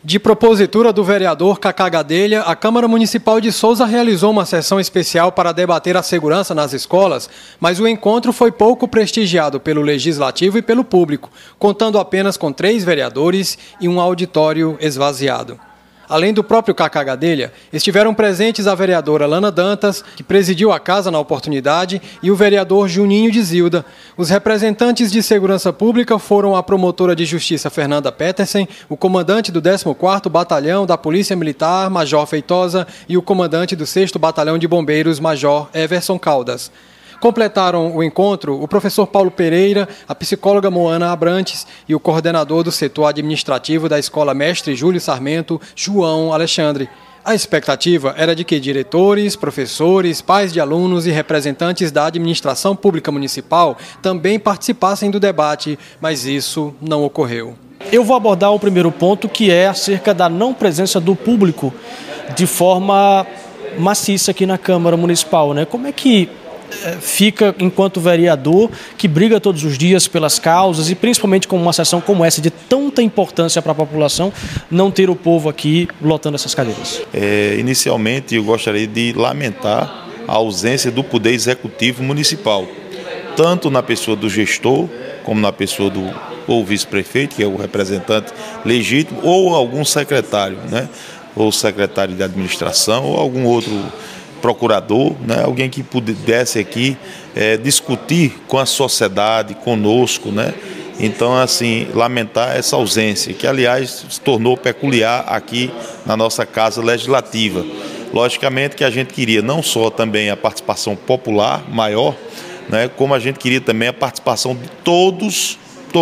De propositura do vereador Cacá Gadelha, a Câmara Municipal de Souza realizou uma sessão especial para debater a segurança nas escolas, mas o encontro foi pouco prestigiado pelo Legislativo e pelo público, contando apenas com 3 vereadores e um auditório esvaziado. Além do próprio Cacá Gadelha, estiveram presentes a vereadora Lana Dantas, que presidiu a casa na oportunidade, e o vereador Juninho de Zilda. Os representantes de segurança pública foram a promotora de justiça Fernanda Petersen, o comandante do 14º Batalhão da Polícia Militar, Major Feitosa, e o comandante do 6º Batalhão de Bombeiros, Major Everson Caldas. Completaram o encontro o professor Paulo Pereira, a psicóloga Moana Abrantes e o coordenador do setor administrativo da Escola Mestre Júlio Sarmento, João Alexandre. A expectativa era de que diretores, professores, pais de alunos e representantes da administração pública municipal também participassem do debate, mas isso não ocorreu. Eu vou abordar o primeiro ponto, que é acerca da não presença do público de forma maciça aqui na Câmara Municipal, né? Como é que fica enquanto vereador que briga todos os dias pelas causas e principalmente com uma sessão como essa de tanta importância para a população, não ter o povo aqui lotando essas cadeiras? Inicialmente eu gostaria de lamentar a ausência do Poder Executivo Municipal, tanto na pessoa do gestor como na pessoa do ou vice-prefeito, que é o representante legítimo, ou algum secretário, né? Ou secretário de administração ou algum outro procurador, né? Alguém que pudesse aqui discutir com a sociedade, conosco, né? Então, assim, lamentar essa ausência, que aliás se tornou peculiar aqui na nossa Casa Legislativa. Logicamente que a gente queria não só também a participação popular maior, né? Como a gente queria também a participação de todos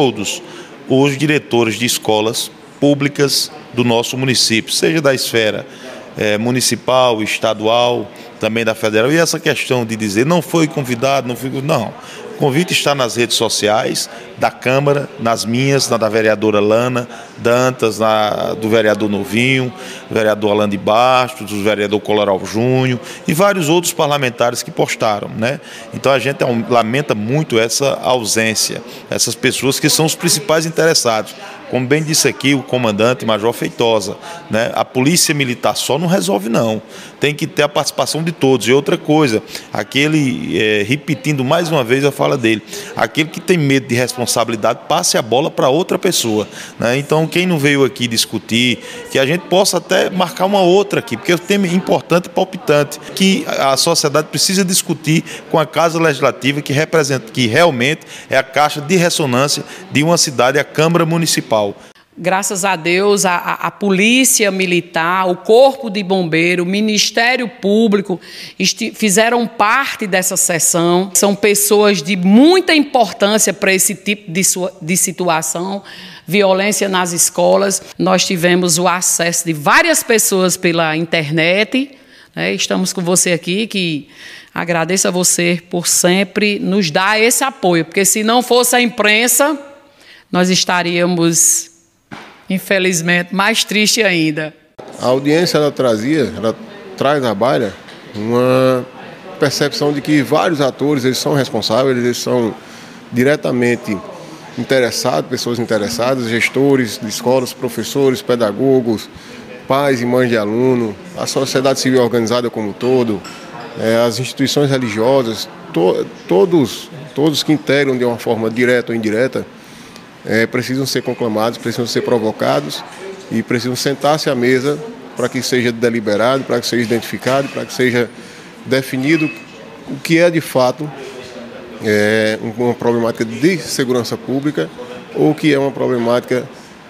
os diretores de escolas públicas do nosso município, seja da esfera municipal, estadual, também da federal. E essa questão de dizer não foi convidado, não. O convite está nas redes sociais da Câmara, nas minhas, na da vereadora Lana Dantas, do vereador Novinho, do vereador Alain de Bastos, do vereador Coloral Júnior e vários outros parlamentares que postaram, né? Então a gente lamenta muito essa ausência, essas pessoas que são os principais interessados. Como bem disse aqui o comandante Major Feitosa, né? A polícia militar só não resolve não, tem que ter a participação de todos. E outra coisa, repetindo mais uma vez a fala dele, aquele que tem medo de responsabilidade, passe a bola para outra pessoa, né? Então quem não veio aqui discutir, que a gente possa até marcar uma outra aqui, porque o tema é importante e palpitante, que a sociedade precisa discutir com a Casa Legislativa, que representa, que realmente é a caixa de ressonância de uma cidade, a Câmara Municipal. Graças a Deus, a Polícia Militar, o Corpo de Bombeiro, o Ministério Público fizeram parte dessa sessão. São pessoas de muita importância para esse tipo de situação, violência nas escolas. Nós tivemos o acesso de várias pessoas pela internet, né? Estamos com você aqui, que agradeço a você por sempre nos dar esse apoio, porque se não fosse a imprensa, nós estaríamos, infelizmente, mais tristes ainda. A audiência ela traz à baila uma percepção de que vários atores eles são responsáveis, eles são diretamente interessados, pessoas interessadas, gestores de escolas, professores, pedagogos, pais e mães de aluno, a sociedade civil organizada como um todo, as instituições religiosas, todos que integram de uma forma direta ou indireta, precisam ser conclamados, precisam ser provocados e precisam sentar-se à mesa para que seja deliberado, para que seja identificado, para que seja definido o que é de fato uma problemática de segurança pública ou o que é uma problemática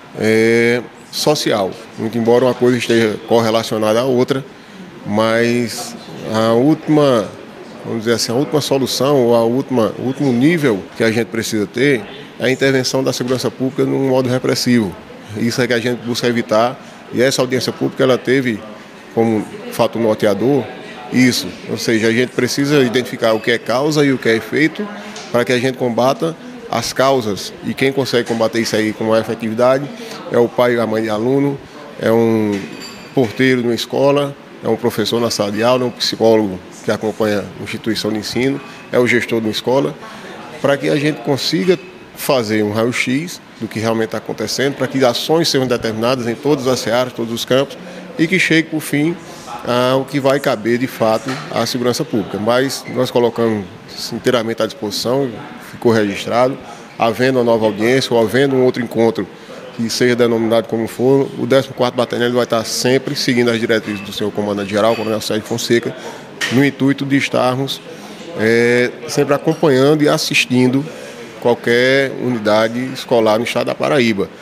social. Muito embora uma coisa esteja correlacionada à outra, mas a última, vamos dizer assim, a última solução ou o último nível que a gente precisa ter é a intervenção da segurança pública num modo repressivo. Isso é que a gente busca evitar, e essa audiência pública ela teve como fato norteador isso, ou seja, a gente precisa identificar o que é causa e o que é efeito para que a gente combata as causas, e quem consegue combater isso aí com maior efetividade é o pai e a mãe de aluno, é um porteiro de uma escola, é um professor na sala de aula, é um psicólogo que acompanha a instituição de ensino, é o gestor de uma escola, para que a gente consiga fazer um raio-x do que realmente está acontecendo, para que ações sejam determinadas em todas as searas, todos os campos, e que chegue, por fim, ao que vai caber, de fato, à segurança pública. Mas nós colocamos inteiramente à disposição, ficou registrado, havendo uma nova audiência ou havendo um outro encontro que seja denominado como for, o 14º Batalhão vai estar sempre seguindo as diretrizes do seu comandante-geral, o Coronel Sérgio Fonseca, no intuito de estarmos sempre acompanhando e assistindo qualquer unidade escolar no estado da Paraíba.